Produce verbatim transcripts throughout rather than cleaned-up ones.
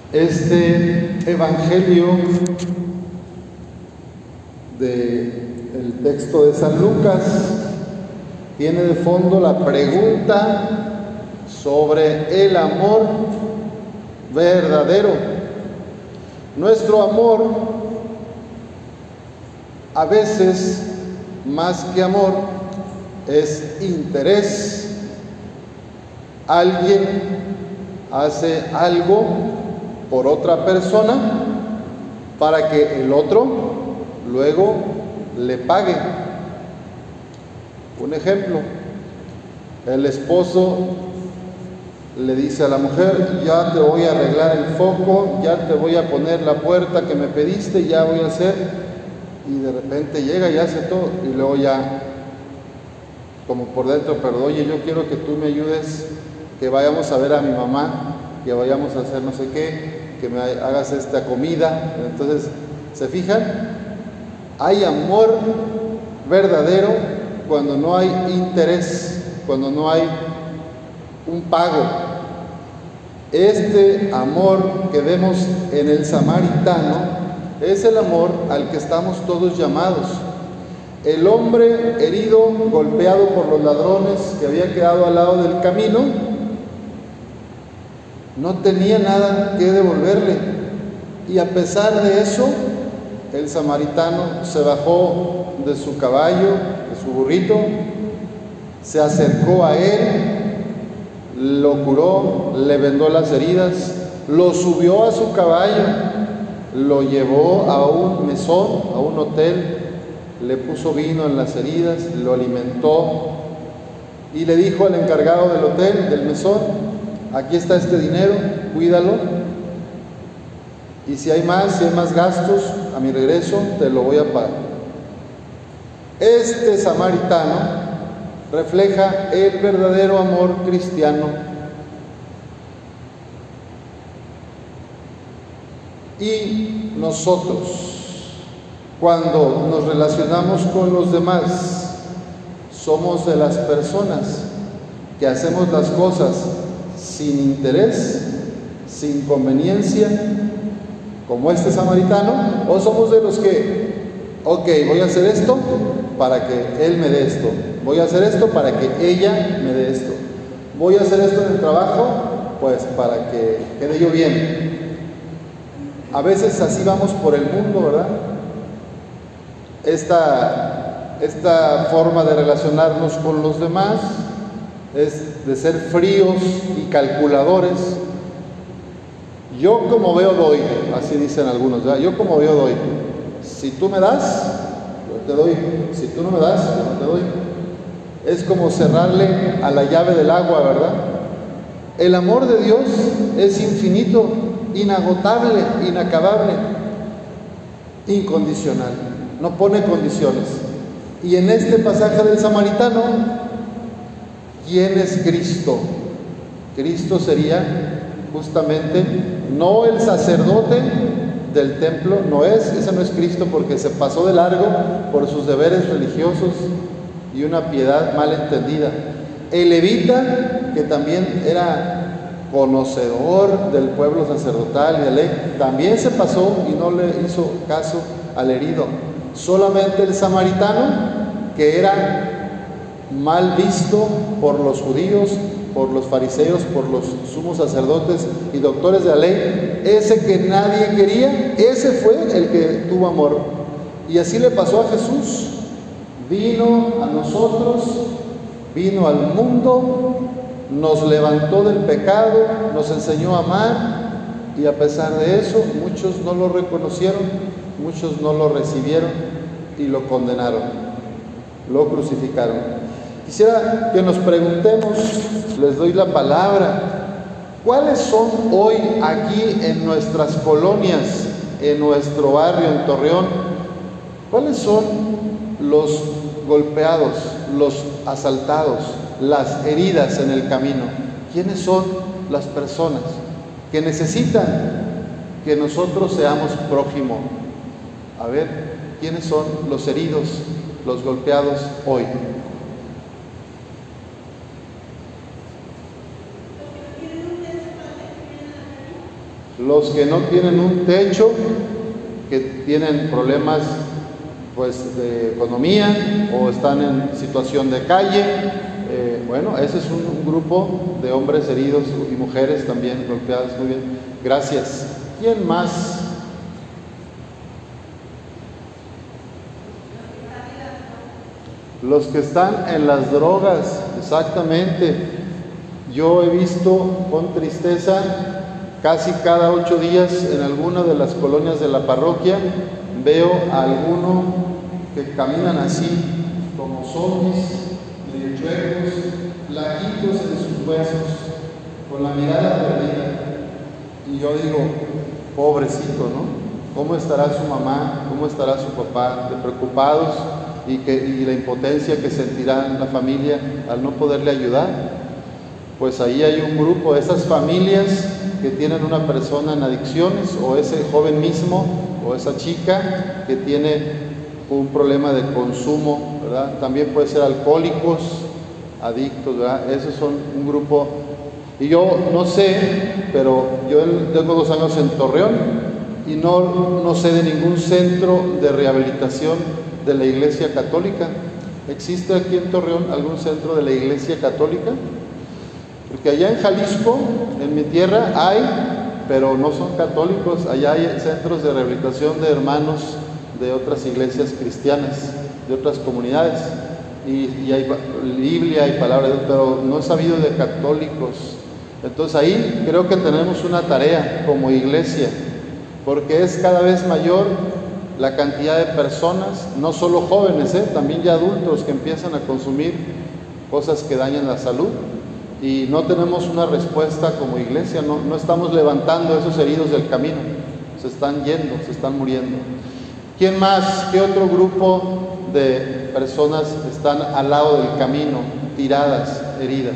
Este evangelio del texto de San Lucas tiene de fondo la pregunta sobre el amor verdadero. Nuestro amor, a veces, más que amor, es interés. Alguien hace algo por otra persona para que el otro luego le pague. Un ejemplo, el esposo le dice a la mujer: ya te voy a arreglar el foco, ya te voy a poner la puerta que me pediste, ya voy a hacer, y de repente llega y hace todo, y luego ya como por dentro, pero oye, yo quiero que tú me ayudes, que vayamos a ver a mi mamá, que vayamos a hacer no sé qué, que me hagas esta comida. Entonces, ¿se fijan? Hay amor verdadero cuando no hay interés, cuando no hay un pago. Este amor que vemos en el samaritano es el amor al que estamos todos llamados. El hombre herido, golpeado por los ladrones, que había quedado al lado del camino, no tenía nada que devolverle, y a pesar de eso, el samaritano se bajó de su caballo, de su burrito, se acercó a él, lo curó, le vendó las heridas, lo subió a su caballo, lo llevó a un mesón, a un hotel, le puso vino en las heridas, lo alimentó y le dijo al encargado del hotel, del mesón: aquí está este dinero, cuídalo, y si hay más, si hay más gastos, a mi regreso te lo voy a pagar. Este samaritano refleja el verdadero amor cristiano. Y nosotros, cuando nos relacionamos con los demás, somos de las personas que hacemos las cosas sin interés, sin conveniencia, como este samaritano, o somos de los que, ok, voy a hacer esto para que él me dé esto, voy a hacer esto para que ella me dé esto, voy a hacer esto en el trabajo, pues para que quede yo bien. A veces así vamos por el mundo, ¿verdad? Esta, esta forma de relacionarnos con los demás es de ser fríos y calculadores. Yo como veo doy, así dicen algunos, ¿verdad? Yo como veo doy. Si tú me das, yo te doy. Si tú no me das, yo no te doy. Es como cerrarle a la llave del agua, ¿verdad? El amor de Dios es infinito, inagotable, inacabable, incondicional. No pone condiciones. Y en este pasaje del samaritano, ¿quién es Cristo? Cristo sería justamente no el sacerdote del templo, no es, ese no es Cristo, porque se pasó de largo por sus deberes religiosos y una piedad mal entendida. El levita, que también era conocedor del pueblo sacerdotal y de ley, también se pasó y no le hizo caso al herido. Solamente el samaritano, que era mal visto por los judíos, por los fariseos, por los sumos sacerdotes y doctores de la ley, ese que nadie quería, ese fue el que tuvo amor. Y así le pasó a Jesús. Vino a nosotros, vino al mundo, nos levantó del pecado, nos enseñó a amar, y a pesar de eso, muchos no lo reconocieron, muchos no lo recibieron y lo condenaron, lo crucificaron. Quisiera que nos preguntemos, les doy la palabra, ¿cuáles son hoy aquí en nuestras colonias, en nuestro barrio, en Torreón, cuáles son los golpeados, los asaltados, las heridas en el camino? ¿Quiénes son las personas que necesitan que nosotros seamos prójimo? A ver, ¿quiénes son los heridos, los golpeados hoy? los que no tienen un techo, que tienen problemas pues de economía o están en situación de calle. Eh, bueno, ese es un, un grupo de hombres heridos y mujeres también golpeadas. Muy bien, gracias. ¿Quién más? Los que están en las drogas, exactamente. Yo he visto con tristeza casi cada ocho días en alguna de las colonias de la parroquia, veo a alguno que caminan así, como zombies, medio chuecos, flaquitos en sus huesos, con la mirada perdida. Y yo digo, pobrecito, ¿no? ¿Cómo estará su mamá? ¿Cómo estará su papá? De preocupados y, que, y la impotencia que sentirá la familia al no poderle ayudar. Pues ahí hay un grupo, esas familias que tienen una persona en adicciones, o ese joven mismo, o esa chica que tiene un problema de consumo, ¿verdad? También puede ser alcohólicos, adictos, ¿verdad? Esos son un grupo. Y yo no sé, pero yo tengo dos años en Torreón y no, no sé de ningún centro de rehabilitación de la Iglesia Católica. ¿Existe aquí en Torreón algún centro de la Iglesia Católica? Porque allá en Jalisco, en mi tierra, hay, pero no son católicos. Allá hay centros de rehabilitación de hermanos de otras iglesias cristianas, de otras comunidades, y, y hay Biblia y palabra de Dios, pero no he sabido de católicos. Entonces ahí creo que tenemos una tarea como iglesia, porque es cada vez mayor la cantidad de personas, no solo jóvenes, ¿eh? también ya adultos, que empiezan a consumir cosas que dañan la salud, y no tenemos una respuesta como iglesia. No, no estamos levantando a esos heridos del camino, se están yendo, se están muriendo. ¿Quién más? ¿Qué otro grupo de personas están al lado del camino, tiradas, heridas?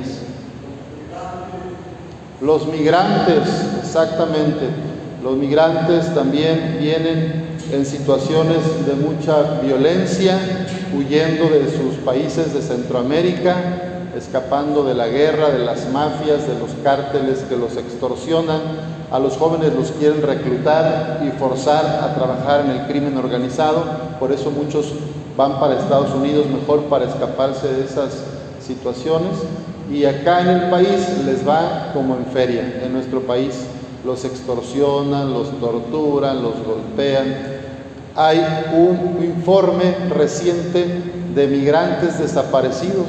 Los migrantes, exactamente. Los migrantes también vienen en situaciones de mucha violencia, huyendo de sus países de Centroamérica, escapando de la guerra, de las mafias, de los cárteles que los extorsionan. A los jóvenes los quieren reclutar y forzar a trabajar en el crimen organizado. Por eso muchos van para Estados Unidos, mejor para escaparse de esas situaciones. Y acá en el país les va como en feria. En nuestro país los extorsionan, los torturan, los golpean. Hay un informe reciente de migrantes desaparecidos,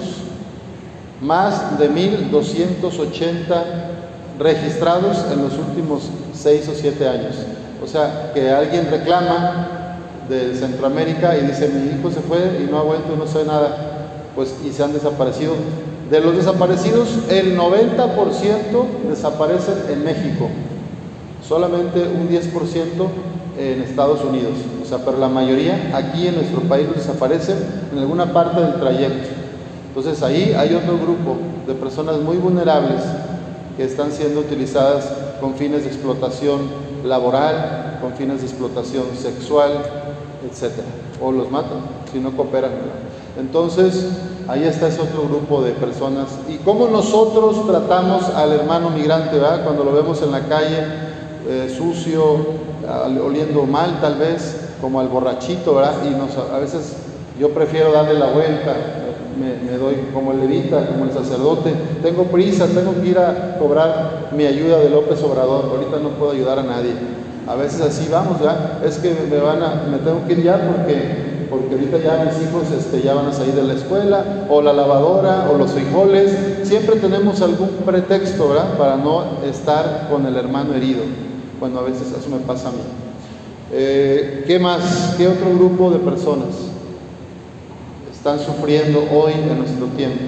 más de mil doscientos ochenta registrados en los últimos seis o siete años. O sea, que alguien reclama de Centroamérica y dice, mi hijo se fue y no ha vuelto y no sé nada, pues, y se han desaparecido. De los desaparecidos, el noventa por ciento desaparecen en México, solamente un diez por ciento en Estados Unidos. O sea, pero la mayoría aquí en nuestro país desaparecen en alguna parte del trayecto. Entonces ahí hay otro grupo de personas muy vulnerables que están siendo utilizadas con fines de explotación laboral, con fines de explotación sexual, etcétera. O los matan si no cooperan, ¿verdad? Entonces ahí está ese otro grupo de personas. ¿Y cómo nosotros tratamos al hermano migrante, ¿verdad? Cuando lo vemos en la calle, eh, sucio, oliendo mal tal vez, como al borrachito, ¿verdad? Y nos, a veces yo prefiero darle la vuelta. Me, me doy como el levita, como el sacerdote, tengo prisa, tengo que ir a cobrar mi ayuda de López Obrador, ahorita no puedo ayudar a nadie. A veces así vamos, ya, es que me van a, me tengo que ir ya porque, porque ahorita ya mis hijos este, ya van a salir de la escuela, o la lavadora, o los frijoles. Siempre tenemos algún pretexto, ¿verdad?, para no estar con el hermano herido. Bueno, a veces eso me pasa a mí. Eh, ¿Qué más? ¿Qué otro grupo de personas están sufriendo hoy en nuestro tiempo?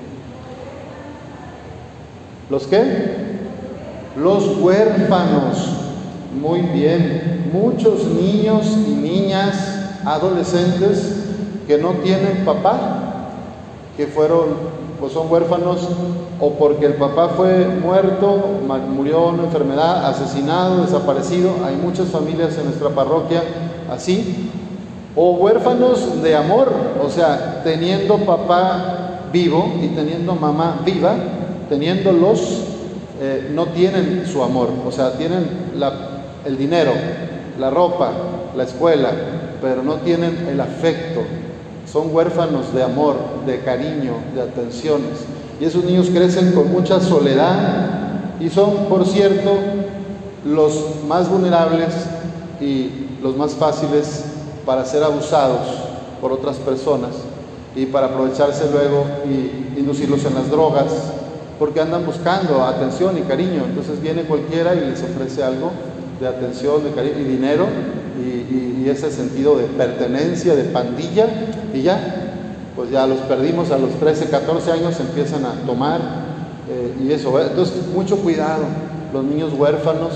¿Los qué? Los huérfanos. Muy bien. Muchos niños y niñas, adolescentes que no tienen papá, que fueron, pues son huérfanos o porque el papá fue muerto, murió en una enfermedad, asesinado, desaparecido. Hay muchas familias en nuestra parroquia así. O huérfanos de amor, o sea, teniendo papá vivo y teniendo mamá viva, teniendo los eh, no tienen su amor, o sea, tienen la, el dinero, la ropa, la escuela, pero no tienen el afecto. Son huérfanos de amor, de cariño, de atenciones. Y esos niños crecen con mucha soledad y son, por cierto, los más vulnerables y los más fáciles para ser abusados por otras personas y para aprovecharse luego y inducirlos en las drogas, porque andan buscando atención y cariño. Entonces viene cualquiera y les ofrece algo de atención, de cariño y dinero y, y, y ese sentido de pertenencia, de pandilla, y ya, pues ya los perdimos a los trece, catorce años, empiezan a tomar eh, y eso. Entonces, mucho cuidado, los niños huérfanos,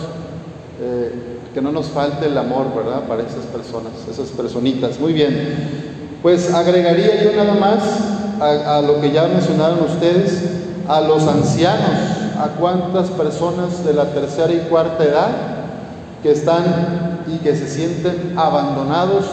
eh, que no nos falte el amor, ¿verdad?, para esas personas, esas personitas. Muy bien, pues agregaría yo nada más a, a lo que ya mencionaron ustedes, a los ancianos, a cuántas personas de la tercera y cuarta edad que están y que se sienten abandonados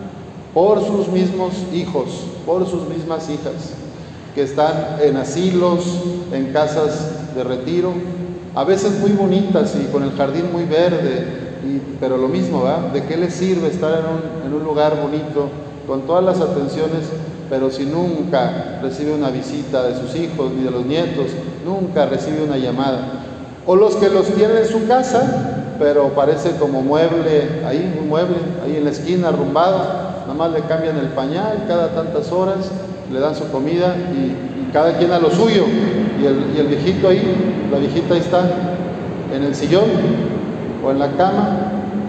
por sus mismos hijos, por sus mismas hijas, que están en asilos, en casas de retiro, a veces muy bonitas y con el jardín muy verde, y, pero lo mismo, ¿verdad? ¿De qué les sirve estar en un, en un lugar bonito, con todas las atenciones, pero si nunca recibe una visita de sus hijos ni de los nietos, nunca recibe una llamada? O los que los tienen en su casa, pero parece como mueble, ahí un mueble, ahí en la esquina arrumbado, nada más le cambian el pañal cada tantas horas, le dan su comida y, y cada quien a lo suyo, y el, y el viejito ahí, la viejita ahí está en el sillón o en la cama,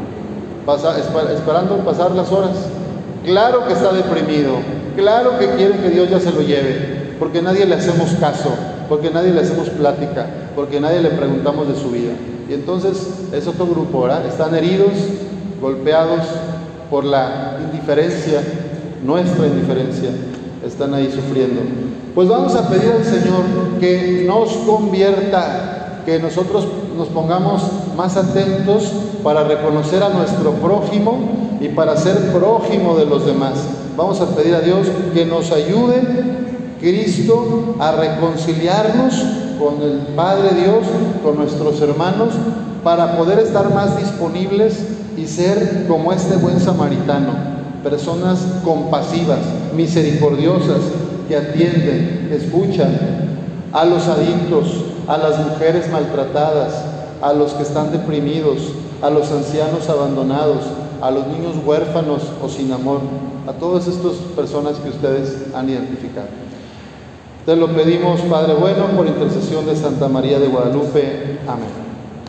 pasa, esperando pasar las horas. Claro que está deprimido, claro que quiere que Dios ya se lo lleve, porque nadie le hacemos caso, porque nadie le hacemos plática, porque nadie le preguntamos de su vida. Y entonces es otro grupo, ¿verdad? Están heridos, golpeados por la indiferencia, nuestra indiferencia, están ahí sufriendo. Pues vamos a pedir al Señor que nos convierta, que nosotros nos pongamos más atentos para reconocer a nuestro prójimo y para ser prójimo de los demás. Vamos a pedir a Dios que nos ayude, Cristo, a reconciliarnos con el Padre Dios, con nuestros hermanos, para poder estar más disponibles y ser como este buen samaritano, personas compasivas, misericordiosas, que atienden, que escuchan a los adictos, a las mujeres maltratadas, a los que están deprimidos, a los ancianos abandonados, a los niños huérfanos o sin amor, a todas estas personas que ustedes han identificado. Te lo pedimos, Padre bueno, por intercesión de Santa María de Guadalupe. Amén.